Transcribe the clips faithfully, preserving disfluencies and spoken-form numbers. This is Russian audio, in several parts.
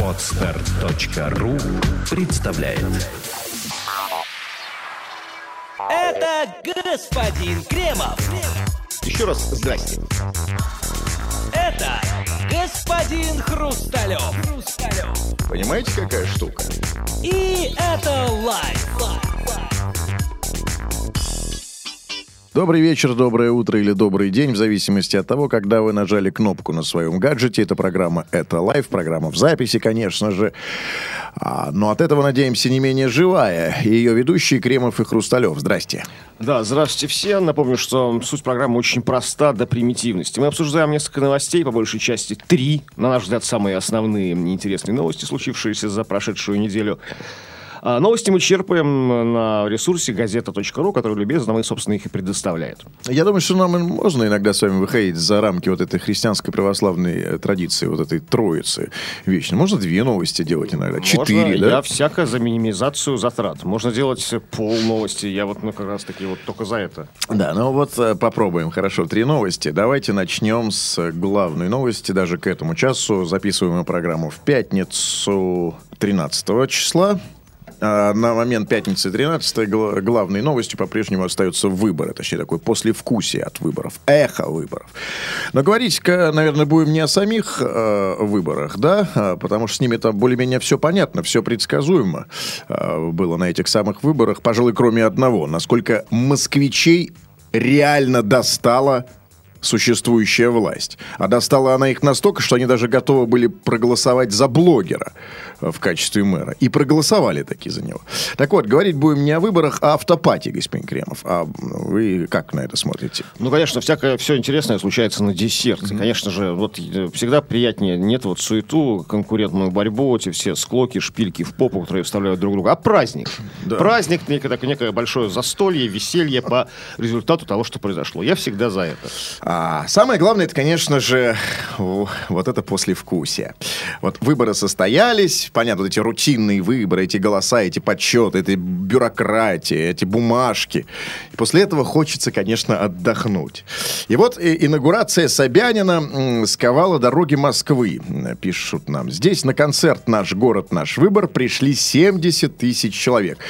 Подстер точка ру представляет. Это господин Кремов. Еще раз здрасте. Это господин Хрусталев. Хрусталев. Понимаете, какая штука? И это лайв. Добрый вечер, доброе утро или добрый день, в зависимости от того, когда вы нажали кнопку на своем гаджете. Это программа «Это лайв», программа в записи, конечно же. А, но от этого, надеемся, не менее живая. И ее ведущие Кремов и Хрусталев. Здрасте. Да, здравствуйте все. Напомню, что суть программы очень проста до примитивности. Мы обсуждаем несколько новостей, по большей части три, на наш взгляд, самые основные интересные новости, случившиеся за прошедшую неделю. А новости мы черпаем на ресурсе газета точка ру, который любезно мы, собственно, их и предоставляет. Я думаю, что нам можно иногда с вами выходить за рамки вот этой христианской православной традиции, вот этой троицы вечной. Можно две новости делать иногда, четыре, Можно, да? Я всяко за минимизацию затрат. Можно делать пол новости, я вот ну, как раз таки вот только за это. Да, ну вот попробуем. Хорошо, три новости. Давайте начнем с главной новости. Даже к этому часу записываем мы программу в пятницу тринадцатого числа. А на момент пятницы тринадцатой главной новостью по-прежнему остаются выборы, точнее, такое послевкусие от выборов, эхо выборов. Но говорить, наверное, будем не о самих э, выборах, да, потому что с ними там более-менее все понятно, все предсказуемо э, было на этих самых выборах, пожалуй, кроме одного, насколько москвичей реально достала существующая власть. А достала она их настолько, что они даже готовы были проголосовать за блогера в качестве мэра. И проголосовали таки за него. Так вот, говорить будем не о выборах, а о автопате, господин Кремов. А вы как на это смотрите? Ну, конечно, всякое все интересное случается на десерт. Mm-hmm. Конечно же, вот всегда приятнее нет вот суету, конкурентную борьбу, эти все склоки, шпильки в попу, которые вставляют друг друга. А праздник. Да. Праздник, некое, некое большое застолье, веселье по результату того, что произошло. Я всегда за это. А самое главное, это, конечно же, вот это послевкусие. Вот выборы состоялись, понятно, вот эти рутинные выборы, эти голоса, эти подсчеты, эти бюрократии, эти бумажки. И после этого хочется, конечно, отдохнуть. И вот инаугурация Собянина сковала дороги Москвы, пишут нам. Здесь на концерт «Наш город, наш выбор» пришли семьдесят тысяч человек.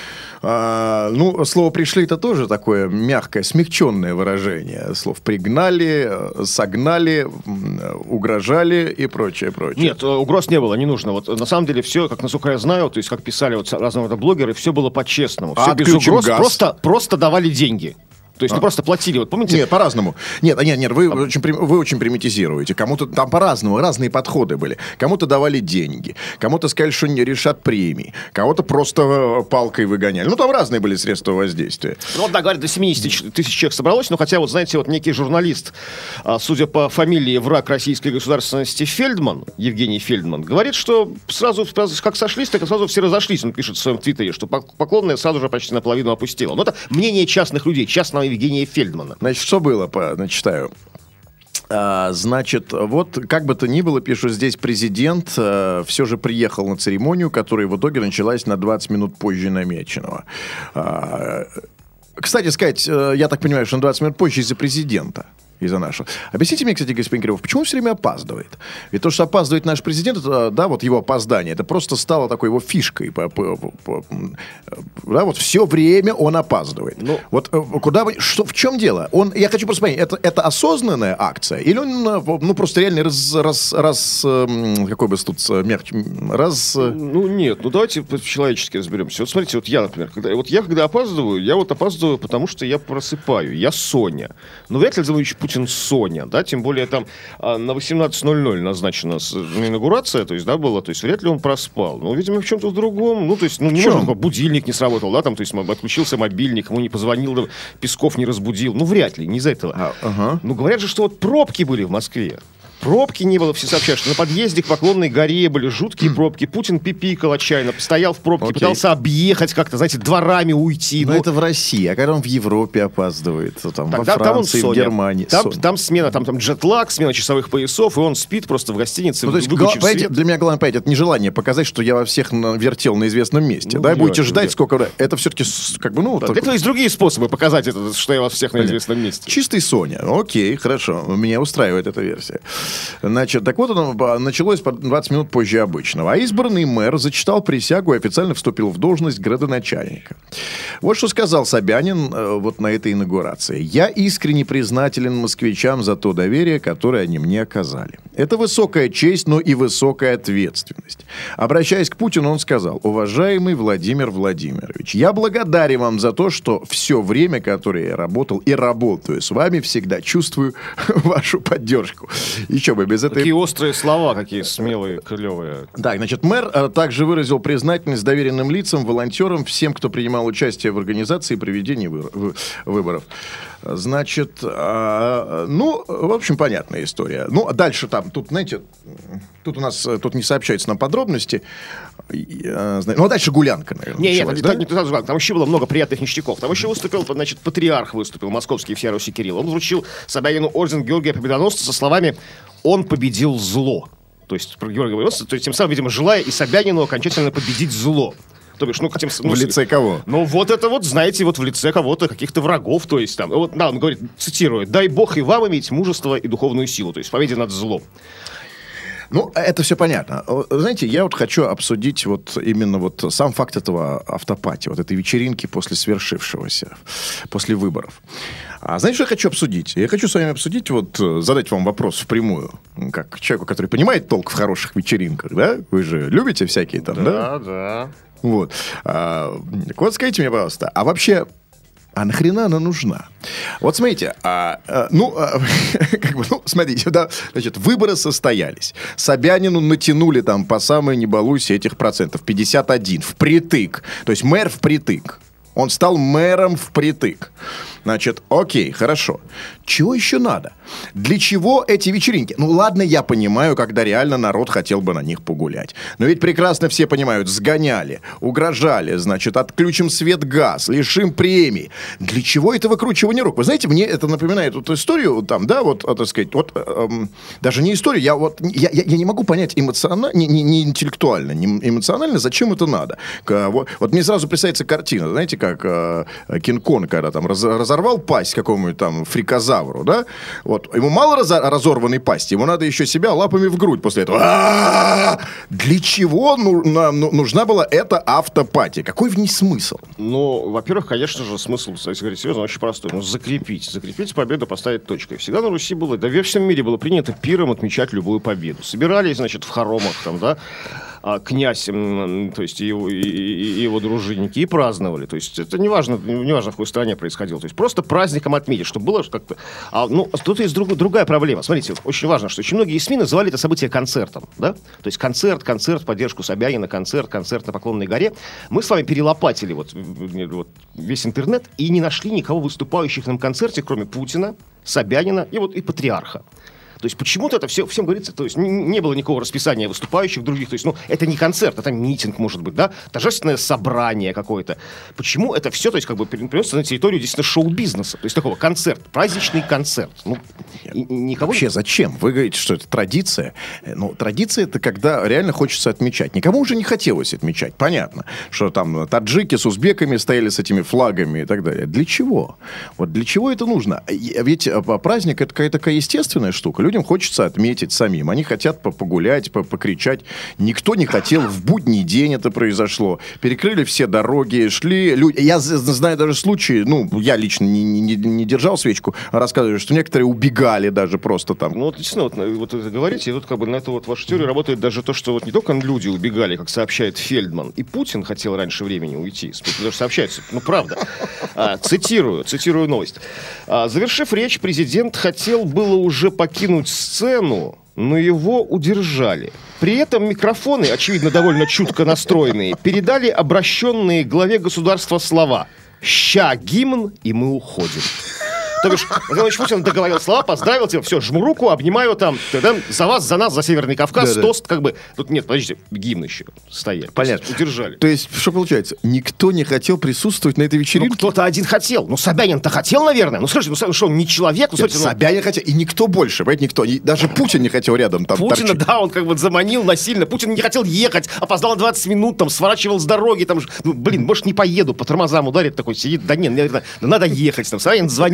А, ну, слово «пришли» — это тоже такое мягкое, смягченное выражение. Слов «пригнали», «согнали», «угрожали» и прочее, прочее. Нет, угроз не было, не нужно. Вот на самом деле все, как насколько я знаю, то есть как писали вот разного рода блогеры, все было по-честному. Все а без угроз, просто, просто давали деньги. То есть а. не просто платили, вот помните? Нет, по-разному. Нет, нет, нет, вы, а... очень, вы очень примитизируете. Кому-то там по-разному, разные подходы были. Кому-то давали деньги, кому-то сказали, что не решат премии, кого-то просто палкой выгоняли. Ну, там разные были средства воздействия. Ну, вот, да, говорят, до семьдесят тысяч человек собралось, но хотя, вот, знаете, вот некий журналист, судя по фамилии враг российской государственности Фельдман, Евгений Фельдман, говорит, что сразу, как сошлись, так и сразу все разошлись. Он пишет в своем твиттере, что поклонная сразу же почти наполовину опустила. Но это мнение частных людей, частного Евгения Фельдмана. Значит, что было, по, читаю. А, значит, вот как бы то ни было, пишу, здесь президент а, все же приехал на церемонию, которая в итоге началась на двадцать минут позже намеченного. А, кстати сказать, я так понимаю, что на двадцать минут позже из-за президента. Из-за нашего. Объясните мне, кстати, господин Кремов, почему он все время опаздывает? Ведь то, что опаздывает наш президент, это, да, вот его опоздание, это просто стало такой его фишкой. По, по, по, да, вот все время он опаздывает. Ну, вот куда вы, что, в чем дело? Он, я хочу просто понять, это, это осознанная акция? Или он, ну, просто реально раз, раз, раз какой бы тут мягче, раз... Ну, нет, ну, давайте по-человечески разберемся. Вот смотрите, вот я, например, когда, вот я, когда опаздываю, я вот опаздываю, потому что я просыпаю, я Соня. Ну, вряд ли Владимир Путин Соня, да, тем более там а, на восемнадцать ноль ноль назначена инаугурация, то есть, да, была, то есть, вряд ли он проспал. Ну, видимо, в чем-то в другом, ну, то есть, ну, не может, будильник не сработал, да, там, то есть, отключился мобильник, ему не позвонил, да, Песков не разбудил, ну, вряд ли, не из-за этого. А, ага. Ну, говорят же, что вот пробки были в Москве. Пробки не было, все сообщают, что на подъезде к Поклонной горе были жуткие пробки. Путин пипикал отчаянно, стоял в пробке, okay. пытался объехать как-то, знаете, дворами уйти. Но ну, это в России, а когда он в Европе опаздывает, то там Тогда, во Франции, там в Германии. Там, там смена, там, там джетлаг, смена часовых поясов, и он спит просто в гостинице. Ну, то есть, гла- понимаете, для меня главное, понимаете, это нежелание показать, что я во всех вертел на известном месте. Ну, да, и будете ждать, я. сколько... Это все-таки, как бы, ну... Да, для этого есть другие способы показать это, что я вас всех на известном месте. Чистый Соня. Окей, хорошо. Меня устраивает эта версия. Значит, так вот оно началось двадцать минут позже обычного. А избранный мэр зачитал присягу и официально вступил в должность градоначальника. Вот что сказал Собянин э, вот на этой инаугурации. «Я искренне признателен москвичам за то доверие, которое они мне оказали. Это высокая честь, но и высокая ответственность». Обращаясь к Путину, он сказал: «Уважаемый Владимир Владимирович, я благодарен вам за то, что все время, которое я работал и работаю с вами, всегда чувствую вашу поддержку». Еще бы без этой... Какие острые слова, какие смелые, клевые. Так, значит, мэр а, также выразил признательность доверенным лицам, волонтерам, всем, кто принимал участие в организации и проведении вы... вы... выборов. Значит, а, ну, в общем, понятная история. Ну, а дальше там, тут, знаете, тут у нас, тут не сообщаются нам подробности. Ну, а дальше гулянка, наверное. Не, нет, да? не, не, не, там еще было много приятных ништяков. Там еще выступил, значит, патриарх выступил, московский всея Руси Кирилл. Он вручил Собянину орден Георгия Победоносца со словами: «Он победил зло». То есть, про Георгия Победоносца, то есть, тем самым, видимо, желая и Собянину окончательно победить зло. То бишь, ну, тем, ну, в лице кого? Ну, вот это вот, знаете, вот в лице кого-то, каких-то врагов, то есть там. Вот, да, он говорит, цитирую: «Дай Бог и вам иметь мужество и духовную силу», то есть победе над злом. Ну, это все понятно. Знаете, я вот хочу обсудить вот именно вот сам факт этого автопати, вот этой вечеринки после свершившегося, после выборов. А знаете, что я хочу обсудить? Я хочу с вами обсудить, вот задать вам вопрос впрямую, как человеку, который понимает толк в хороших вечеринках, да? Вы же любите всякие там, да? Да, да. Вот. А, так вот, скажите мне, пожалуйста, а вообще... А нахрена она нужна? Вот смотрите, а, а, ну, а, как бы, ну, смотрите, да, значит, выборы состоялись. Собянину натянули там по самой не балуйся этих процентов, пятьдесят один, впритык. То есть мэр впритык. Он стал мэром впритык. Значит, окей, хорошо. Чего еще надо? Для чего эти вечеринки? Ну, ладно, я понимаю, когда реально народ хотел бы на них погулять. Но ведь прекрасно все понимают, сгоняли, угрожали, значит, отключим свет, газ, лишим премий. Для чего это выкручивание рук? Вы знаете, мне это напоминает вот историю, там, да, вот, так сказать, вот, эм, даже не историю, я вот, я, я, я не могу понять эмоционально, не, не, не интеллектуально, не эмоционально, зачем это надо. К, вот, вот мне сразу представляется картина, знаете, как э, Кинг-Конг, когда там раз, разорвал пасть какому-нибудь там фрикозавру, да? Вот. Ему мало разо- разорванной пасти, ему надо еще себя лапами в грудь после этого. А-а-а! Для чего ну, нам ну, нужна была эта автопати? Какой в ней смысл? Ну, во-первых, конечно же, смысл, если говорить серьезно, очень простой. Ну, закрепить. Закрепить победу, поставить точкой. Всегда на Руси было, да во всем мире было принято пиром отмечать любую победу. Собирались, значит, в хоромах там, да, князь, то есть и его, и, и его дружинники, и праздновали. То есть это не важно, не важно, в какой стране происходило. То есть просто праздником отметить, чтобы было как-то... А, ну, тут есть друг, другая проблема. Смотрите, очень важно, что очень многие СМИ называли это событие концертом, да? То есть концерт, концерт в поддержку Собянина, концерт, концерт на Поклонной горе. Мы с вами перелопатили вот, вот весь интернет и не нашли никого выступающих на концерте, кроме Путина, Собянина и вот и патриарха. То есть почему-то это все, всем говорится, то есть не было никакого расписания выступающих других, то есть, ну, это не концерт, это митинг, может быть, да, торжественное собрание какое-то. Почему это все, то есть, как бы, переносится на территорию, действительно, шоу-бизнеса, то есть, такого концерт, праздничный концерт. Ну, и, и никого... Вообще, зачем? Вы говорите, что это традиция. Ну, традиция — это когда реально хочется отмечать. Никому уже не хотелось отмечать, понятно, что там таджики с узбеками стояли с этими флагами и так далее. Для чего? Вот для чего это нужно? Ведь праздник — это какая-то такая естественная штука. Людям хочется отметить самим. Они хотят погулять, покричать. Никто не хотел. В будний день это произошло. Перекрыли все дороги. Шли люди. Я знаю даже случаи, ну, я лично не, не, не держал свечку, а рассказываю, что некоторые убегали даже просто там. Ну, вот, действительно, вот, вот вы говорите, и тут как бы на эту вот вашу теорию работает даже то, что вот не только люди убегали, как сообщает Фельдман, и Путин хотел раньше времени уйти. Потому что сообщается, ну, правда. А, цитирую, цитирую новость. А, завершив речь, президент хотел было уже покинуть сцену, но его удержали. При этом микрофоны, очевидно, довольно чутко настроенные, передали обращенные к главе государства слова: «Ща гимн, и мы уходим». То бишь, Владимир Путин договорил слова, поздравил, типа, все, жму руку, обнимаю там, да, за вас, за нас, за Северный Кавказ, да, тост, да. Как бы, тут нет, подождите, гимн еще стояли. Понятно. То есть, удержали. То есть, что получается? Никто не хотел присутствовать на этой вечеринке? Ну, кто-то один хотел. Ну, Собянин-то хотел, наверное. Ну, скажите, ну, что, он не человек? Ну, нет, смотрите, Собянин ну... хотел, и никто больше, понимаете, никто. И даже Путин не хотел рядом там Путина, торчить. Да, он как бы заманил насильно. Путин не хотел ехать, опоздал на двадцать минут, там, сворачивал с дороги, там, ну, блин, может, не поеду, по тормозам ударит, такой сидит, да нет, наверное, надо ехать, там, Собянин звонит ему,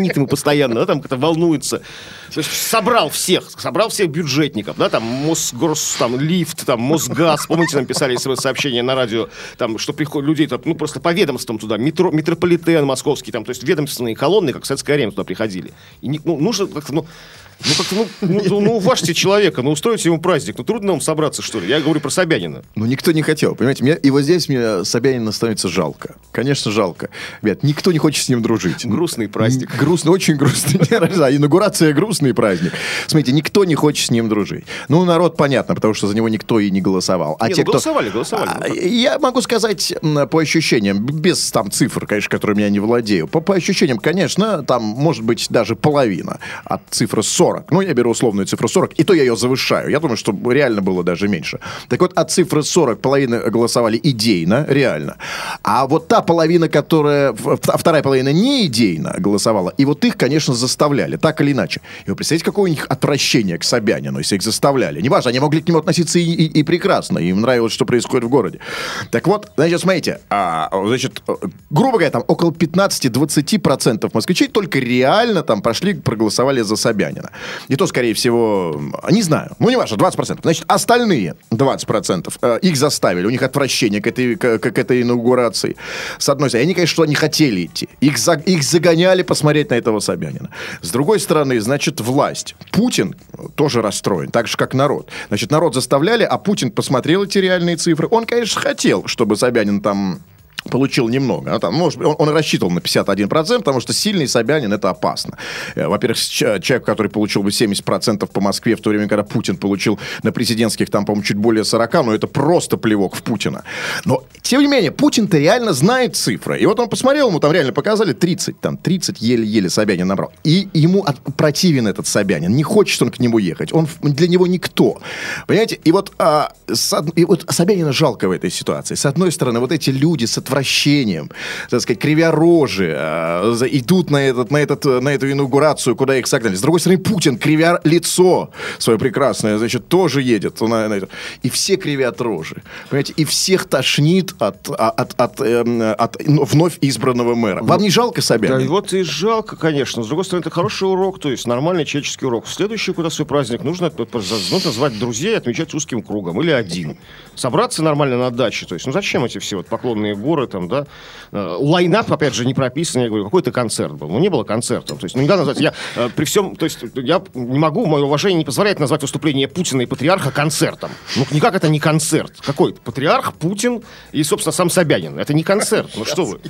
постоянно, да, там как-то волнуется. То есть собрал всех, собрал всех бюджетников, да, там Мосгорс, там Лифт, там Мосгаз, помните, нам писали смс-сообщения на радио, там, что приходят людей, там, ну, просто по ведомствам туда, метро, метрополитен московский, там, то есть ведомственные колонны, как в советское время туда приходили. И, ну, нужно как-то, ну, Ну, как-то, ну, ну, ну, уважьте человека, ну, устроите ему праздник. Ну, трудно вам собраться, что ли? Я говорю про Собянина. Ну, никто не хотел, понимаете? Мне, и вот здесь мне Собянина становится жалко. Конечно, жалко. Ребят, никто не хочет с ним дружить. Грустный праздник. Грустный, очень грустный. Инаугурация — грустный праздник. Смотрите, никто не хочет с ним дружить. Ну, народ, понятно, потому что за него никто и не голосовал. А не, те, ну, кто... голосовали, голосовали. А, я могу сказать по ощущениям, без там цифр, конечно, которыми я не владею. По, по ощущениям, конечно, там может быть даже половина от цифры сорок. Ну, я беру условную цифру сорок, и то я ее завышаю. Я думаю, что реально было даже меньше. Так вот, от цифры сорок половина голосовали идейно, реально. А вот та половина, которая... Вторая половина не идейно голосовала, и вот их, конечно, заставляли, так или иначе. И вы представляете, какое у них отвращение к Собянину, если их заставляли. Неважно, они могли к нему относиться и, и, и прекрасно. Им нравилось, что происходит в городе. Так вот, значит, смотрите, а, значит, грубо говоря, там около пятнадцать-двадцать процентов москвичей только реально там пошли, проголосовали за Собянина. И то, скорее всего, не знаю, ну, не важно, двадцать процентов. Значит, остальные двадцать процентов э, их заставили, у них отвращение к этой, к, к этой инаугурации. С одной стороны, они, конечно, что они хотели идти. Их, за, их загоняли посмотреть на этого Собянина. С другой стороны, значит, власть. Путин тоже расстроен, так же, как народ. Значит, народ заставляли, а Путин посмотрел эти реальные цифры. Он, конечно, хотел, чтобы Собянин там... получил немного. А там, может, он, он рассчитывал на пятьдесят один процент, потому что сильный Собянин — это опасно. Во-первых, человек, который получил бы семьдесят процентов по Москве, в то время, когда Путин получил на президентских, там, по-моему, чуть более сорок, ну, это просто плевок в Путина. Но, тем не менее, Путин-то реально знает цифры. И вот он посмотрел, ему там реально показали тридцать, там, тридцать еле-еле Собянин набрал. И ему от, противен этот Собянин. Не хочет он к нему ехать. Он для него никто. Понимаете? И вот, а, с, и вот Собянина жалко в этой ситуации. С одной стороны, вот эти люди с отвращением, так сказать, кривя рожи, э, идут на, этот, на, этот, на эту инаугурацию, куда их согнали. С другой стороны, Путин, кривя лицо свое прекрасное, значит, тоже едет на, на это. И все кривят рожи. Понимаете? И всех тошнит от, от, от, э, от вновь избранного мэра. Вам не жалко Собянина? Да, вот и жалко, конечно. С другой стороны, это хороший урок, то есть нормальный человеческий урок. В следующий куда свой праздник нужно, нужно звать друзей и отмечать узким кругом. Или один. Собраться нормально на даче. То есть, ну зачем эти все вот поклонные горы, там, да? Лайнап, опять же, не прописан. Я говорю, какой-то концерт был. Ну, не было концерта. То есть, ну, не надо назвать. Я э, при всем, то есть, я не могу, мое уважение не позволяет назвать выступление Путина и патриарха концертом. Ну, никак это не концерт. Какой? Патриарх, Путин и, собственно, сам Собянин. Это не концерт. Ну, что вы?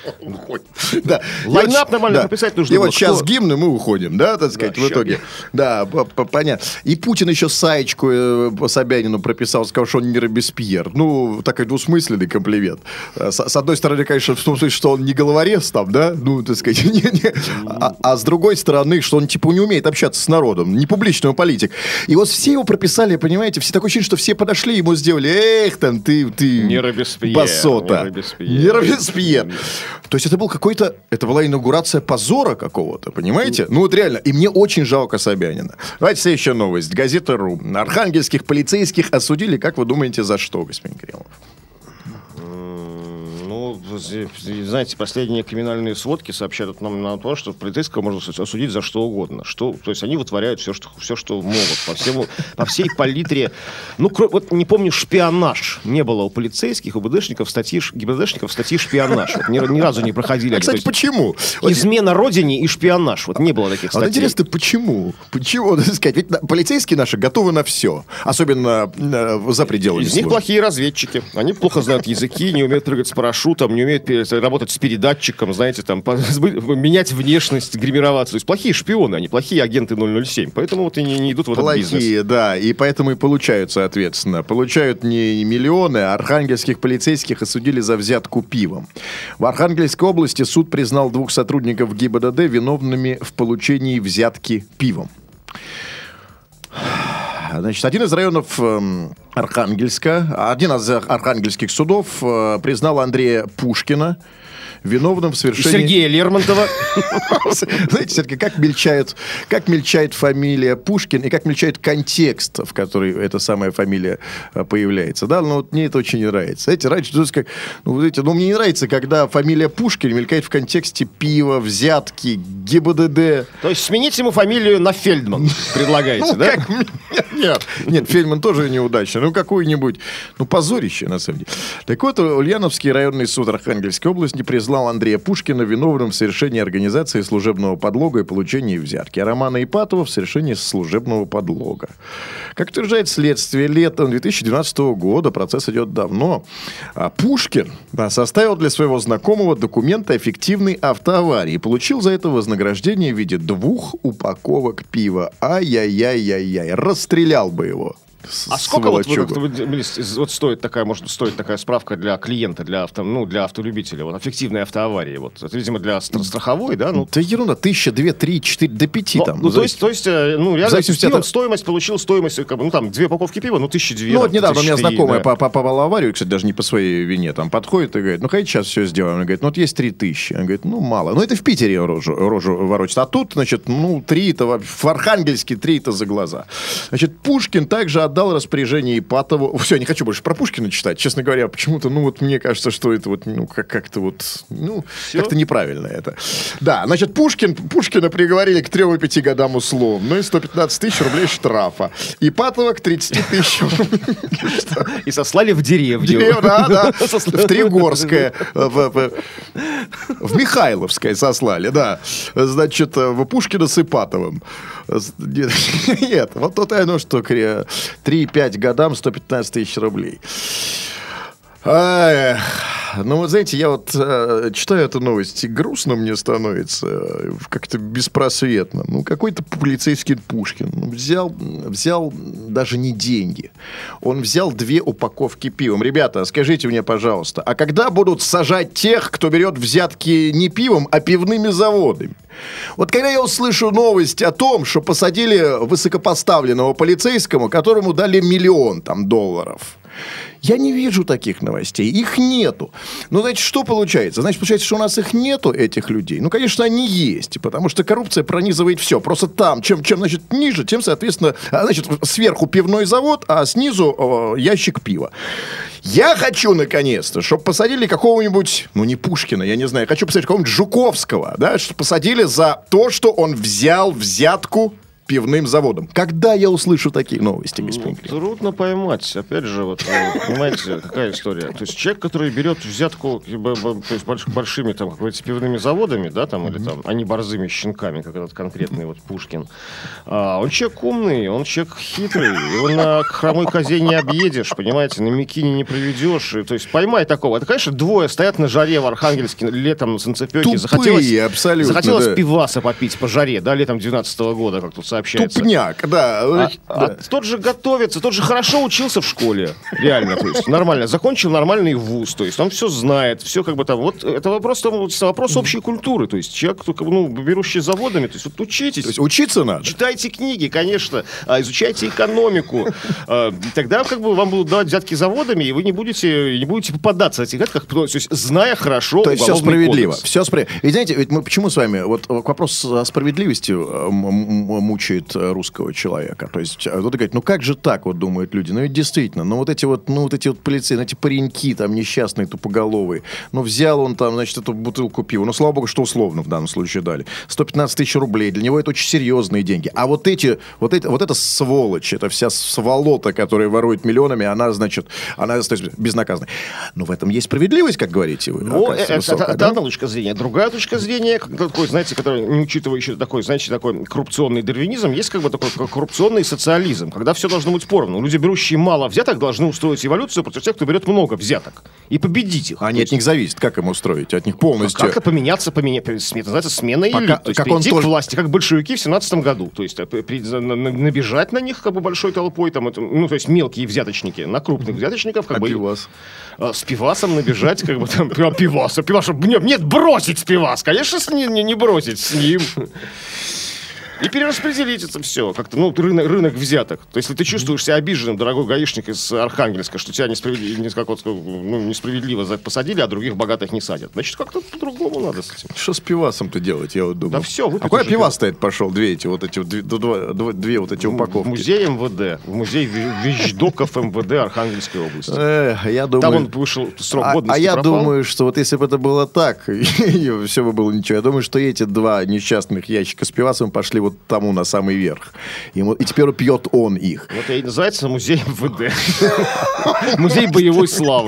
Да. Лайнап нормально прописать нужно. И вот сейчас гимн, и мы уходим, да, так сказать, в итоге. Да, понятно. И Путин еще саечку по Собянину прописал, сказал, что он не Робеспьер. Ну, такой двусмысленный комплимент. С одной стороны, конечно, в том смысле, что он не головорез там, да, ну, так сказать, не, не. А, а с другой стороны, что он, типа, не умеет общаться с народом, не публичный политик. И вот все его прописали, понимаете, все такое ощущение, что все подошли, ему сделали, эх, там, ты, ты, не Робеспьер, басота. Не Робеспьер. Не Робеспьер. То есть это был какой-то, это была инаугурация позора какого-то, понимаете? Ну, вот реально, и мне очень жалко Собянина. Давайте следующая новость. Газета.ру. Архангельских полицейских осудили, как вы думаете, за что, господин Кремов? Ну, знаете, последние криминальные сводки сообщают нам на то, что полицейского можно осудить за что угодно. Что, то есть они вытворяют все, что, все, что могут. По, всему, по всей палитре. Ну, вот не помню, шпионаж. Не было у полицейских, у ГИБДДшников статьи, ГИБДДшников статьи шпионаж. Вот, ни, ни разу не проходили. А, кстати, есть, почему? Измена родине и шпионаж. Вот не было таких статей. А интересно, почему? Почему? Сказать, ведь полицейские наши готовы на все. Особенно э, за пределами Из них службы. Плохие разведчики. Они плохо знают языки, не умеют прыгать с парашютом, не умеют работать с передатчиком, знаете, там, менять внешность, гримироваться. То есть плохие шпионы, они плохие агенты ноль ноль семь. Поэтому вот и не, не идут в этот плохие, бизнес. Плохие, да. И поэтому и получают, соответственно. Получают не миллионы, а архангельских полицейских осудили за взятку пивом. В Архангельской области суд признал двух сотрудников ГИБДД виновными в получении взятки пивом. Значит, один из районов э, Архангельска, один из архангельских судов э, признал Андрея Пушкина виновным в совершении... И Сергея Лермонтова. Знаете, Сергей, как мельчает, как мельчает фамилия Пушкин и как мельчает контекст, в который эта самая фамилия появляется. Да, ну вот мне это очень не нравится. Знаете, раньше, как, ну, знаете, ну, мне не нравится, когда фамилия Пушкин мелькает в контексте пива, взятки, ГИБДД. То есть сменить ему фамилию на Фельдман, предлагаете, ну, да? Как... Нет, нет, Фельдман тоже неудачно. Ну, какой-нибудь, ну, позорище, на самом деле. Так вот, Ульяновский районный суд Архангельской области признал Андрея Пушкина виновным в совершении организации служебного подлога и получении взятки, а Романа Ипатова в совершении служебного подлога. Как утверждает следствие, летом две тысячи двенадцатого года, процесс идет давно, а Пушкин да, составил для своего знакомого документы о фиктивной автоаварии и получил за это вознаграждение в виде двух упаковок пива. Ай-яй-яй-яй-яй. Расстрелял бы его. А сколько вот, вот, вот стоит такая, может стоит такая справка для клиента, для авто, ну, для автолюбителя, вот, эффективной автоаварии, вот, это, видимо, для страховой, да? Ну, да ерунда, тысяча, две, три, четыре, до пяти ну, там. Ну, то есть, то есть, ну, реально, пивом, от... стоимость, получил стоимость, как бы, ну, там, две упаковки пива, ну, тысяча две. Ну, вот недавно у меня знакомая да. попала в аварию, кстати, даже не по своей вине, там, подходит и говорит, ну, хотите, сейчас все сделаем? Она говорит, ну, вот есть три тысячи. Она говорит, ну, мало. Ну, это в Питере рожу, рожу ворочит, а тут, значит, ну, три, это в Архангельске три, это за глаза. Значит, Пушкин также отдал распоряжение Ипатову. Все, не хочу больше про Пушкина читать. Честно говоря, почему-то, ну, вот мне кажется, что это вот, ну, как- как-то вот, ну, Все? как-то неправильно это. Да, значит, Пушкин, Пушкина приговорили к трем и пяти годам условно, и сто пятнадцать тысяч рублей штрафа. Ипатова к тридцати тысячам. И сослали в деревню. Да, да, в Тригорское, в Михайловское сослали, да. Значит, в Пушкина с Ипатовым. Нет, вот то оно, что три-пять годам сто пятнадцать тысяч рублей. Ай, ну, вот знаете, я вот э, читаю эту новость, и грустно мне становится, э, как-то беспросветно. Ну, какой-то полицейский Пушкин ну, взял, взял даже не деньги. Он взял две упаковки пивом. Ребята, скажите мне, пожалуйста, а когда будут сажать тех, кто берет взятки не пивом, а пивными заводами? Вот когда я услышу новость о том, что посадили высокопоставленного полицейского, которому дали миллион там, долларов... Я не вижу таких новостей. Их нету. Ну, значит, что получается? Значит, получается, что у нас их нету, этих людей. Ну, конечно, они есть. Потому что коррупция пронизывает все. Просто там, чем, чем значит, ниже, тем, соответственно, значит, сверху пивной завод, а снизу э, ящик пива. Я хочу, наконец-то, чтобы посадили какого-нибудь, ну, не Пушкина, я не знаю, я хочу посадить какого-нибудь Жуковского, да, чтобы посадили за то, что он взял взятку пивным заводом. Когда я услышу такие новости, господин ну, трудно поймать. Опять же, вот, понимаете, какая история. То есть человек, который берет взятку то есть, больш, большими там, как говорится, пивными заводами, да, там, mm-hmm. или там, а не борзыми щенками, как этот конкретный вот Пушкин. А, он человек умный, он человек хитрый. Его на хромой козе не объедешь, понимаете, на Микине не проведешь. И, то есть поймай такого. Это, конечно, двое стоят на жаре в Архангельске летом на Санцепёке. Тупые, захотелось, абсолютно. Захотелось да. пиваса попить по жаре, да, летом двенадцатого года, как тут сообщается. Тупняк, да. А, да. а тот же готовится, тот же хорошо учился в школе. Реально, то есть нормально. Закончил нормальный вуз, то есть он все знает, все как бы там. Вот это вопрос, там, вопрос общей культуры. То есть человек, ну, берущий заводами, то есть вот учитесь. То есть учиться надо. Читайте книги, конечно, изучайте экономику. Тогда как бы вам будут давать взятки заводами, и вы не будете, не будете попадаться в этих взятках, то есть зная хорошо. То есть все справедливо. Кодекс. Все справедливо. И знаете, ведь мы почему с вами, вот вопрос о справедливости мучает русского человека. То есть, кто-то говорит, ну как же так, вот думают люди. Ну ведь действительно, ну вот эти вот, ну вот эти вот полицейские, эти пареньки там несчастные, тупоголовые. Ну взял он там, значит, эту бутылку пива. Ну слава богу, что условно в данном случае дали. сто пятнадцать тысяч рублей. Для него это очень серьезные деньги. А вот эти, вот эти, вот эта сволочь, это вся сволота, которая ворует миллионами, она, значит, она остается безнаказанной. Но в этом есть справедливость, как говорите вы. Ну, это, высокая, это, да? это одна точка зрения. Другая точка зрения, такой, знаете, которая, не учитывая еще такой, знаете, такой коррупционный дарвинизм, есть как бы такой коррупционный социализм, когда все должно быть поровну. Люди, берущие мало взяток, должны устроить эволюцию против тех, кто берет много взяток. И победить их. Они от них зависят. Как им устроить? От них полностью... Как-то поменяться, поменять. Это называется смена элит. Пока, то есть как прийти он к тоже... власти, как большевики в семнадцатом году. То есть при, на, на, набежать на них как бы большой толпой. Там, это, ну, то есть мелкие взяточники на крупных взяточников. Как а бы, пивас? А, с пивасом набежать, как бы там, пиваса. Пивас, нет, бросить пивас. Конечно, не, не, не бросить с ним. И перераспределить это все. Как-то, ну, рынок, рынок взяток. То есть, если ты чувствуешь себя обиженным, дорогой гаишник из Архангельска, что тебя несправедливо, не, как вот, ну, несправедливо посадили, а других богатых не садят. Значит, как-то по-другому надо с этим. Что с пивасом-то делать, я вот думаю. Да все, а куда пивас стоит пошел? Две эти вот эти две, два, два, две вот эти упаковки. В музей МВД. В музей вещдоков МВД Архангельской области. Э, я думаю... Там он вышел срок годности. А, а я пропал. думаю, что вот если бы это было так, и все бы было ничего. Я думаю, что эти два несчастных ящика с пивасом пошли вот тому на самый верх. И, и теперь пьет он их. Вот и называется музей МВД. Музей боевой славы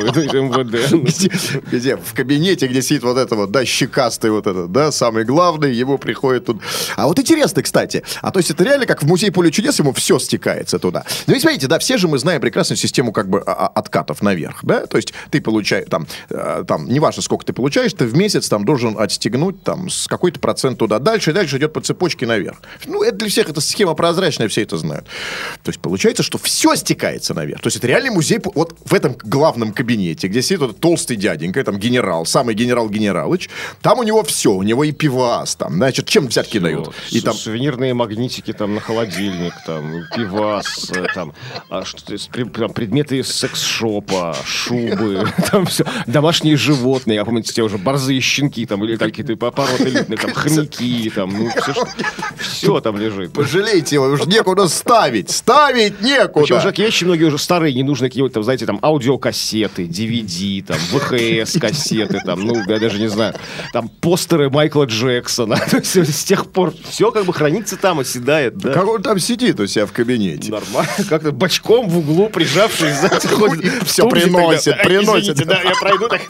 МВД. Где? В кабинете, где сидит вот это вот, да, щекастый вот этот, да, самый главный, ему приходит тут... А вот интересно, кстати, а то есть это реально как в музей поле чудес, ему все стекается туда. Ну, ведь смотрите, да, все же мы знаем прекрасную систему как бы откатов наверх, да, то есть ты получаешь, там, там, неважно, сколько ты получаешь, ты в месяц там должен отстегнуть там с какой-то процент туда дальше, и дальше идет по цепочке наверх. Ну, это для всех, эта схема прозрачная, все это знают. То есть получается, что все стекается наверх. То есть это реальный музей вот в этом главном кабинете, где сидит вот толстый дяденька, там генерал, самый генерал Генералыч, там у него все, у него и пивас, там, значит, чем взятки все, дают? И там... Сувенирные магнитики там на холодильник, там, пивас, там, а что, там предметы из секс-шопа, шубы, там все, домашние животные, я помню, те уже борзые щенки, там, или какие-то породы элитные, там, хомяки, там, ну, все, что, все там лежит. Пожалейте его, уже некуда ставить, ставить некуда. Причем уже вещи многие уже старые, не нужны какие-то, там, знаете, там, аудиокассеты, ди ви ди, там, ви эйч эс-кассеты, там, ну, я даже не знаю, там, постеры Майкла Джексона, то есть с тех пор все как бы хранится там, оседает, да. Как он там сидит у себя в кабинете? Нормально, как-то бочком в углу, прижавшись, знаете, ходит. Все приносит, приносит. Извините, да, я пройду так.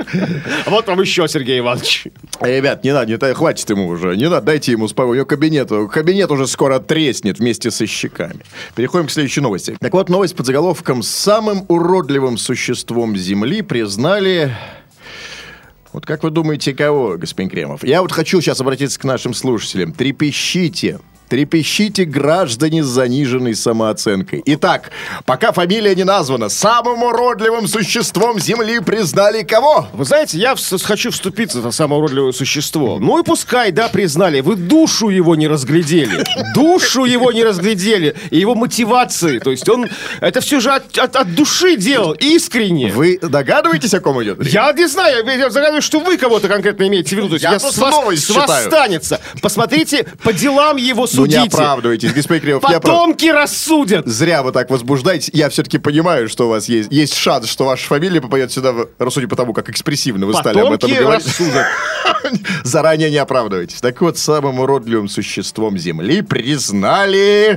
Вот вам еще, Сергей Иванович. Ребят, не надо, не надо, хватит ему уже, не надо, дайте ему спокойно, у него кабинет, кабинет уже скоро треснет вместе со щеками. Переходим к следующей новости. Так вот, новость под заголовком «Самым уродливым существом Земли признали...» Вот как вы думаете, кого, господин Кремов? Я вот хочу сейчас обратиться к нашим слушателям. Трепещите. Трепещите, граждане с заниженной самооценкой. Итак, пока фамилия не названа, самым уродливым существом Земли признали кого? Вы знаете, я в- хочу вступиться за самое уродливое существо. Ну и пускай, да, признали. Вы душу его не разглядели. Душу его не разглядели. И его мотивации. То есть он это все же от, от- от души делал, искренне. Вы догадываетесь, о ком идет речь? Я не знаю, я загадываю, что вы кого-то конкретно имеете в виду. То есть Я я просто с вас, новость с вас читаю. станется. Посмотрите, по делам его Ну не судите. оправдывайтесь, господин Кремов. я прав. Потомки рассудят. Зря вы так возбуждаетесь. Я все-таки понимаю, что у вас есть, есть шанс, что ваша фамилия попадет сюда, в- судя по тому, как экспрессивно вы стали об этом Потомки говорить. рассудят. Заранее не оправдывайтесь. Так вот, самым уродливым существом Земли признали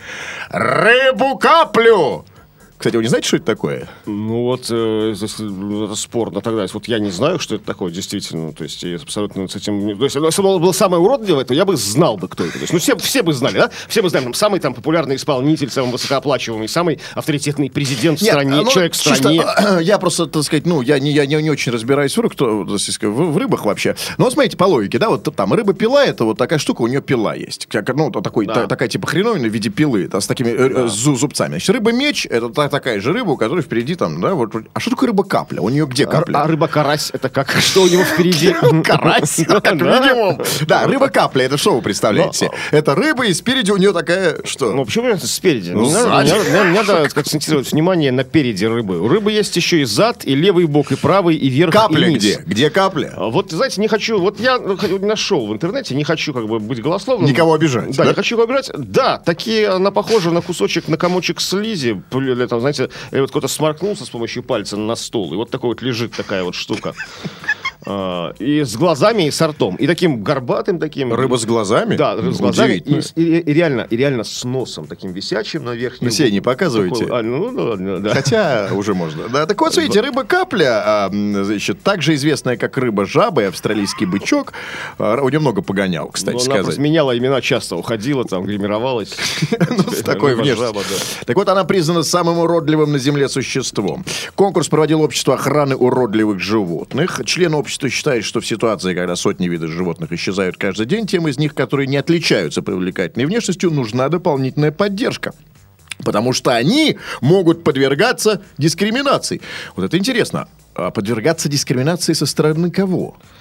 рыбу-каплю. Кстати, вы не знаете, что это такое? Ну вот, э, если это спорно тогда. Вот я не знаю, что это такое, действительно. То есть, я абсолютно с этим... не- То есть, если бы было самое уродливое, то я бы знал бы, кто это. То есть, ну, все, все бы знали, да? Все бы знали. Там, самый там популярный исполнитель, самый высокооплачиваемый, самый авторитетный президент в Нет, стране, ну, человек в чисто, стране. я просто, так сказать, ну, я не, я не, не очень разбираюсь в, рыб- кто, так сказать, в, в рыбах вообще. Но вот смотрите, по логике, да, вот там рыба-пила, это вот такая штука, у нее пила есть. Как, ну, такой, Да. та- такая типа хреновина в виде пилы, да, с такими э, э, зу- зубцами. Значит, рыба-меч, это та- такая же рыба, у которой впереди там, да, вот. А что такое рыба-капля? У нее где капля? А, а рыба-карась, это как? Что у него впереди? Карась, Да, как да. минимум. Да, рыба-капля, это что вы представляете? Это рыба, и спереди у нее такая, что? Ну, почему это спереди? Ну, Не надо, сзади. не надо, не надо акцентировать внимание на переди рыбы. У рыбы есть еще и зад, и левый бок, и правый, и верх, Капля и низ. где? Где капля? А Вот, знаете, не хочу... Вот я ну, нашел в интернете, не хочу как бы быть голословным. Никого обижать, Да, да? не хочу его обижать. Да, такие, она похожа на кусочек, на комочек слизи. Или, там, знаете, или вот кто-то сморкнулся с помощью пальца на стол, и вот такой вот лежит такая вот штука. А, И с глазами, и с ртом. И таким горбатым таким. Рыба с глазами? Да, рыба с глазами. И, Удивительно. с- и- и реально, и реально с носом таким висячим на верхнем. Ну, себе не показывайте. Такой- а, ну, ну, ладно, да. Хотя уже можно. Да, так вот, смотрите, рыба-капля, а, м, значит, также известная как рыба-жаба и австралийский бычок. А, у нее много погонял, кстати Но она сказать. меняла имена часто, уходила, там, гримировалась. Ну, с такой Рыба, внешностью. жаба, да. Так вот, она признана самым уродливым на Земле существом. Конкурс проводило общество охраны уродливых животных. Члены общества считают, что в ситуации, когда сотни видов животных исчезают каждый день, тем из них, которые не отличаются привлекательной внешностью, нужна дополнительная поддержка. Потому что они могут подвергаться дискриминации. Вот это интересно. А подвергаться дискриминации со стороны кого?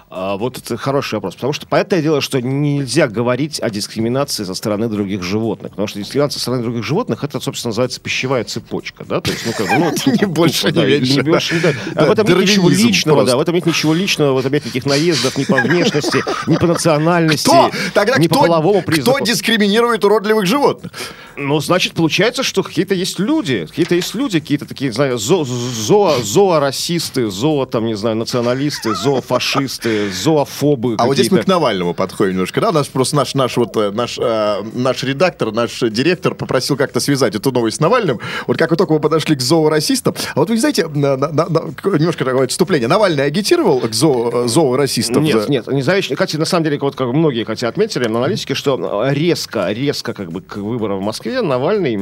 А, вот это хороший вопрос. Потому что понятное дело, что нельзя говорить о дискриминации со стороны других животных. Потому что дискриминация со стороны других животных, это, собственно, называется пищевая цепочка. Да? То есть, ну, как бы, ну, не больше, не меньше. В этом нет ничего личного, да, в этом нет ничего личного, в этом нет никаких наездов ни по внешности, ни по национальности, ни по половому признаку. Кто дискриминирует уродливых животных? Ну, значит, получается, что какие-то есть люди, какие-то есть люди, какие-то такие, не знаю, зо- зо- зоорасисты, зоо, там, не знаю, националисты, зоофашисты, зоофобы. А какие-то. вот здесь мы к Навальному подходим немножко, да? У нас просто наш, наш, вот, наш, э, наш редактор, наш директор попросил как-то связать эту новость с Навальным. Вот как вы только вы подошли к зоорасистам. А вот вы знаете, на, на, на, немножко такое отступление. Навальный агитировал к зоо, зоорасистам? Нет, за... нет, независимо. Кстати, на самом деле, вот как многие, хотя отметили аналитики, что резко, резко как бы к выборам в Москве Навальный,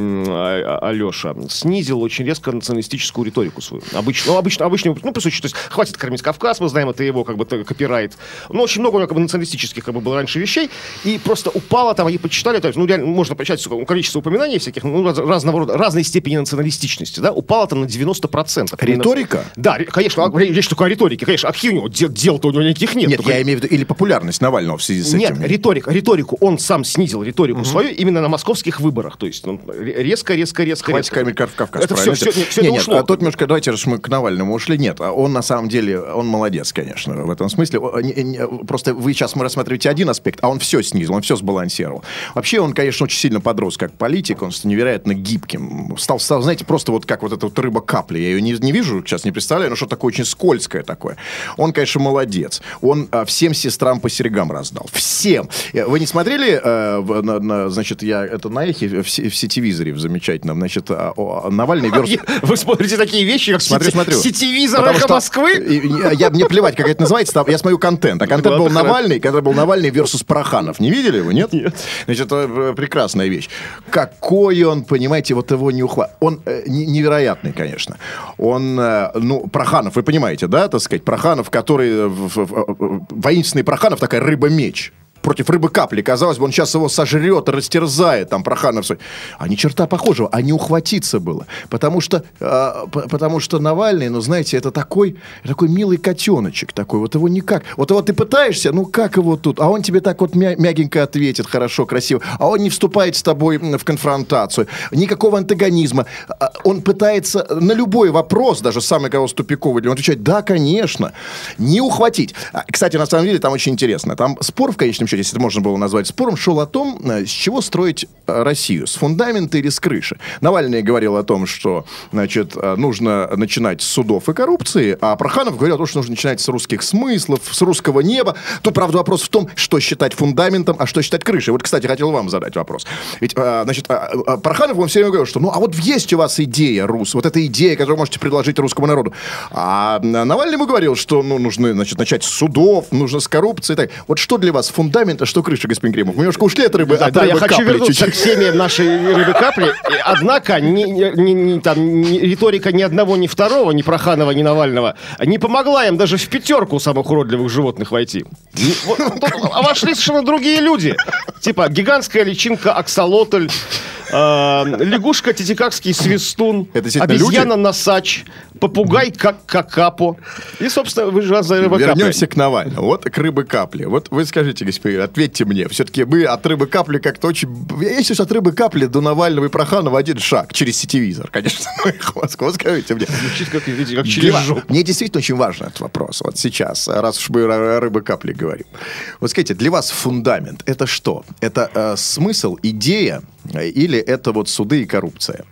Алеша, снизил очень резко националистическую риторику свою. Обычно, ну, обычно, обычно, ну, по сути, то есть, хватит кормить Кавказ, мы знаем, это его, как бы, копирайт. Но очень много у него, как бы, националистических, как бы, было раньше вещей, и просто упало там, они почитали, то есть, ну, реально, можно почитать количество упоминаний всяких, ну, разного рода, разной степени националистичности, да, упало там на девяносто процентов. Риторика? Да, конечно, речь только о риторике, конечно, а каких у него дел, дел-то у него никаких нет. Нет, только... я имею в виду, или популярность Навального в связи с нет, этим. Нет, риторика, риторику, он сам снизил риторику угу. свою именно на московских выборах, то есть, ну, резко, резко, резко, Хватит резко. камер в Кавказ, это все, все, все, все не, это нет, ушло. А тут немножко, давайте же мы к Навальному ушли. Нет, он на самом деле, он молодец, конечно, в этом смысле. Просто вы сейчас мы рассматриваете один аспект, а он все снизил, он все сбалансировал. Вообще он, конечно, очень сильно подрос как политик, он стал невероятно гибким. Стал, стал, знаете, просто вот как вот эта вот рыба-капля. Я ее не, не вижу, сейчас не представляю, но что такое очень скользкое такое. Он, конечно, молодец. Он а, всем сестрам по серьгам раздал. Всем. Вы не смотрели, а, на, на, значит, я это на эхе в, в сетевизоре в замечательном, значит, а, Навальный верс... Вы смотрите такие вещи, как смотрю, сети... смотрю. сетевизор «Эхо Москвы»? Я, я, мне плевать, как это называется, там, я смотрю контент. А контент был Навальный, когда был Навальный versus Проханов. Не видели его, нет? Нет. Значит, это прекрасная вещь. Какой он, понимаете, вот его не ухват. Он э, невероятный, конечно. Он, э, ну, Проханов, вы понимаете, да, так сказать, Проханов, который, в, в, в, воинственный Проханов, такая рыба-меч. Против рыбы-капли. Казалось бы, он сейчас его сожрет, растерзает, там, Проханов. А ни черта похожего, а не ухватиться было. Потому что, э, потому что Навальный, ну, знаете, это такой, такой милый котеночек такой. Вот его никак. Вот его ты пытаешься, ну, как его тут? А он тебе так вот мя- мягенько ответит, хорошо, красиво. А он не вступает с тобой в конфронтацию. Никакого антагонизма. Он пытается на любой вопрос, даже самый кого тупиковый, он отвечает, да, конечно. Не ухватить. Кстати, на самом деле, там очень интересно. Там спор в конечном счете, если это можно было назвать спором, шел о том, с чего строить Россию, с фундамента или с крыши. Навальный говорил о том, что, значит, нужно начинать с судов и коррупции, а Проханов говорил о том, что нужно начинать с русских смыслов, с русского неба. Тут, правда, вопрос в том, что считать фундаментом, а что считать крышей. Вот, кстати, хотел вам задать вопрос. Ведь, значит, Проханов, он все время говорил, что, ну, а вот есть у вас идея, Рус, вот эта идея, которую можете предложить русскому народу. А Навальный ему говорил, что, ну, нужно, значит, начать с судов, нужно с коррупции. Так. Вот что для вас фундамент, а что крыша, господин Кремов? Мы немножко ушли от рыбы, да, от да, рыбы я хочу капли, вернуться чуть-чуть. к теме нашей рыбы-капли. Однако ни, ни, ни, там, ни, риторика ни одного, ни второго, ни Проханова, ни Навального не помогла им даже в пятерку самых уродливых животных войти. А вошли совершенно другие люди. Типа гигантская личинка аксолотль, лягушка титикакский свистун, обезьяна-носач, попугай как какапо. И, собственно, вы же за рыбы-капли. Вернемся к Навальному. Вот к рыбы-капли. Вот вы скажите, господин, ответьте мне. Все-таки мы от рыбы-капли как-то очень... Я считаю, что от рыбы-капли до Навального и Проханова один шаг через сетевизор, конечно. Вот скажите мне. Звучит как, видите, как через жопу. Мне действительно очень важен этот вопрос. Вот сейчас, раз уж мы о рыбы-капли говорим. Вот скажите, для вас фундамент — это что? Это э, смысл, идея или это вот суды и коррупция?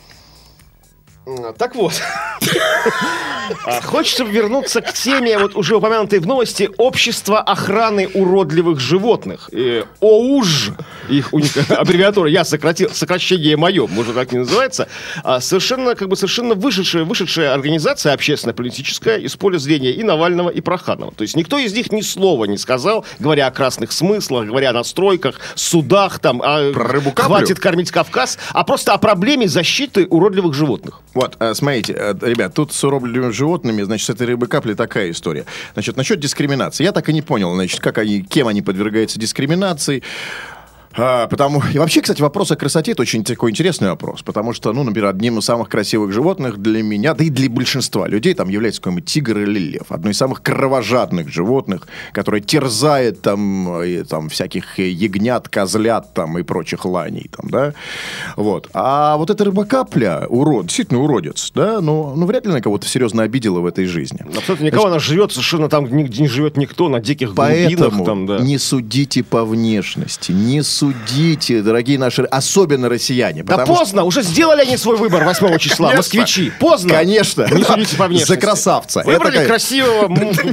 Так вот, хочется вернуться к теме, вот уже упомянутой в новости, общества охраны уродливых животных. ОУЖ, их аббревиатура, я сократил, сокращение мое, может, так не называется. Совершенно, как бы, совершенно вышедшая, вышедшая организация общественно-политическая из поля зрения и Навального, и Проханова. То есть никто из них ни слова не сказал, говоря о красных смыслах, говоря о настройках, судах, там, о хватит кормить Кавказ, а просто о проблеме защиты уродливых животных. Вот, смотрите, ребят, тут с уродливыми животными, значит, с этой рыбы-капли такая история. Значит, насчет дискриминации. Я так и не понял, значит, как они, кем они подвергаются дискриминации. А, потому... И вообще, кстати, вопрос о красоте – это очень такой интересный вопрос, потому что, ну, например, одним из самых красивых животных для меня, да и для большинства людей, там является какой-нибудь тигр или лев. Одно из самых кровожадных животных, которое терзает там, и, там всяких ягнят, козлят там, и прочих ланей. Там, да? Вот. А вот эта рыба-капля, урод, действительно уродец, да? но, ну, вряд ли она кого-то серьезно обидела в этой жизни. Абсолютно никого. Значит, она живет совершенно там, где не живет никто, на диких глубинах. Поэтому там, да. не судите по внешности, не судите, дорогие наши, особенно россияне. Да поздно, что... уже сделали они свой выбор восьмого числа, конечно. Москвичи. Поздно. Конечно. Не судите по внешности. За красавца. Выбрали это... красивого,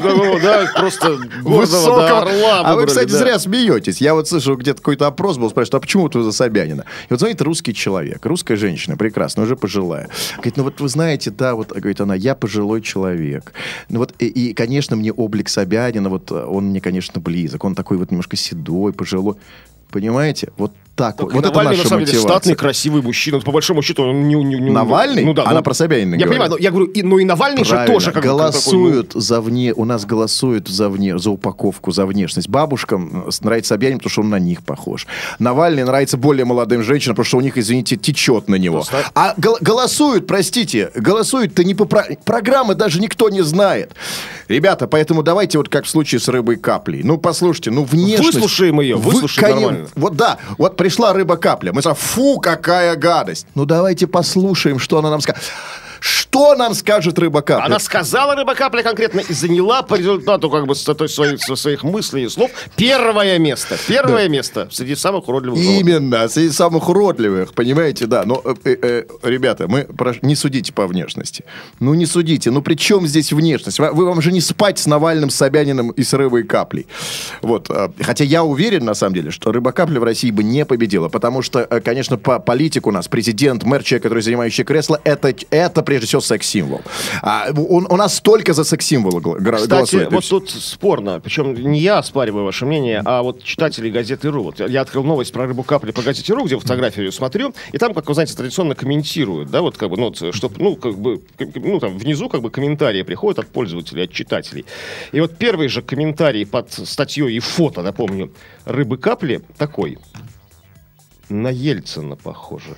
да, просто гордого орла. А вы, кстати, зря смеетесь. Я вот слышу, где-то какой-то опрос был, спрашивают, а почему вы за Собянина? И вот, знаете, русский человек, русская женщина, прекрасно, уже пожилая. Говорит, ну вот вы знаете, да, вот, говорит она, я пожилой человек. Ну вот, и, и, конечно, мне облик Собянина, вот он мне, конечно, близок. Он такой вот немножко седой, пожилой. Понимаете? Вот так вот. Вот это наша на самом деле, мотивация. Статный, красивый мужчина. По большому счету, он не... не, не Навальный? Ну, да, Она ну, про Собянина я говорит. понимаю, но я говорю, и, ну и Навальный Правильно. же тоже как голосуют такой, ну... за вне, у нас голосуют за вне, за упаковку, за внешность. Бабушкам нравится Собянин, потому что он на них похож. Навальный нравится более молодым женщинам, потому что у них, извините, течет на него. Просто... А гол- голосуют, простите, голосуют-то не по про... программы даже никто не знает. Ребята, поэтому давайте вот как в случае с рыбой-каплей. Ну, послушайте, ну, внешность... Выслушаем ее, выслушаем Вы, нормально. Вот да, вот пришла рыба-капля. Мы сказали, фу, какая гадость. Ну, давайте послушаем, что она нам скажет. Что нам скажет рыба-капля? Она сказала рыба-капля конкретно и заняла по результату как бы со, своих, со своих мыслей и слов первое место. Первое да. место среди самых уродливых. Именно, животных. Среди самых уродливых, понимаете, да. Но, э, э, ребята, мы прош... не судите по внешности. Ну, не судите. Ну, при чем здесь внешность? Вы, вам же не спать с Навальным, с Собяниным и с рыбой-каплей. Вот. Хотя я уверен, на самом деле, что рыба-капля в России бы не победила, потому что, конечно, по политику у нас президент, мэр, человек, который занимающий кресло, это, это прежде всего секс-символ. А, он, у нас только за секс-символы голосует. Кстати, вот тут спорно, причем не я оспариваю ваше мнение, а вот читатели газеты «Ру». Вот я открыл новость про рыбу-капли по газете «Ру», где фотографию ее смотрю, и там, как вы знаете, традиционно комментируют, да, вот как бы, ну, чтоб, ну, как бы, ну, там, внизу как бы комментарии приходят от пользователей, от читателей. И вот первый же комментарий под статьей и фото, напомню, рыбы-капли такой. На Ельцина похоже.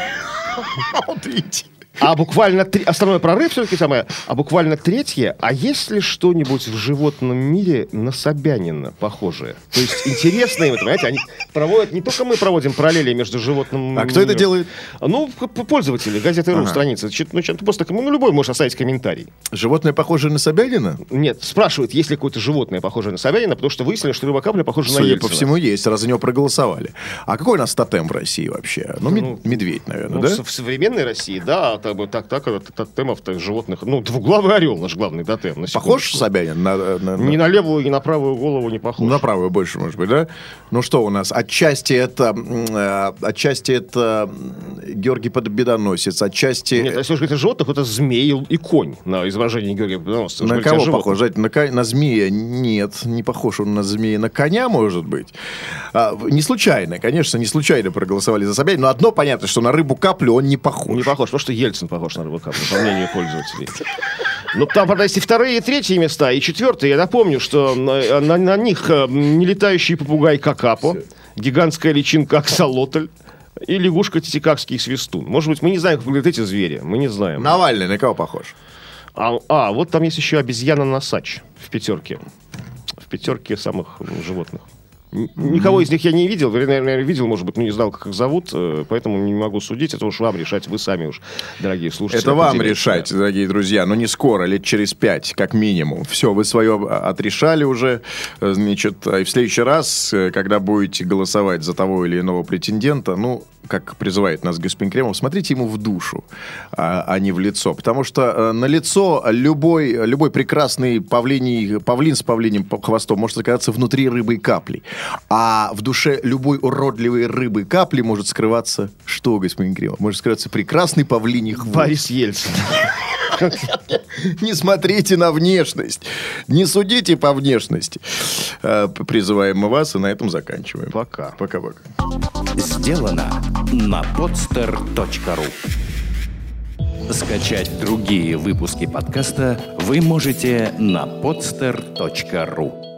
Вот видите. А буквально... Три... Основной прорыв все-таки самое. А буквально третье. А есть ли что-нибудь в животном мире на Собянина похожее? То есть интересно им это, понимаете? Они проводят... Не только мы проводим параллели между животным... А кто это делает? Ну, пользователи газеты «Ру», ага. страницы. Ну, чем-то просто... Ну, любой может оставить комментарий. Животное похожее на Собянина? Нет. Спрашивают, есть ли какое-то животное похожее на Собянина, потому что выяснили, что рыба-капля похожа Судя на Ельцина. по всему есть, раз за него проголосовали. А какой у нас тотем в России вообще? Ну, ну медведь, наверное, ну, да? В современной России, да. Так, так, тотемов-то животных. Ну, двуглавый орел наш главный тотем. Похож Собянин? На, на, на... Ни на левую, ни на правую голову не похож. На правую больше, может быть, да? Ну, что у нас? Отчасти это... Э, отчасти это Георгий Победоносец, отчасти... Нет, если уж говорить о животных, это змей и конь на изображении Георгия Победоносца. На кого похож? На, на змея? Нет, не похож он на змея. На коня, может быть? А, не случайно, конечно, не случайно проголосовали за Собянина, но одно понятно, что на рыбу-каплю он не похож. Не похож, потому что Ельцин похож на рыбу-каплю, по мнению пользователей. Ну, там, правда, есть и вторые, и третьи места, и четвертые. Я напомню, что на, на, на них нелетающий попугай Какапо, гигантская личинка Аксолотль и лягушка Титикакский свистун. Может быть, мы не знаем, как выглядят эти звери. Мы не знаем. Навальный на кого похож? А, а вот там есть еще обезьяна-носач в пятерке. В пятерке самых животных. Никого из них я не видел, наверное, видел, может быть, но не знал, как их зовут, поэтому не могу судить, это уж вам решать, вы сами уж, дорогие слушатели. Это вам решать, да. Дорогие друзья, но не скоро, лет через пять, как минимум. Все, вы свое отрешали уже, значит, и в следующий раз, когда будете голосовать за того или иного претендента, ну, как призывает нас господин Кремов, смотрите ему в душу, а, а не в лицо, потому что на лицо любой, любой прекрасный павлиний, павлин с павлиним хвостом может оказаться внутри рыбы-капли. А в душе любой уродливой рыбы капли может скрываться... Что, господин Кремов? Может скрываться прекрасный павлиний хвост. Борис Ельцин. Не смотрите на внешность. Не судите по внешности. Призываем мы вас, и на этом заканчиваем. Пока. Пока-пока. Сделано на подстер точка ру. Скачать другие выпуски подкаста вы можете на подстер точка ру.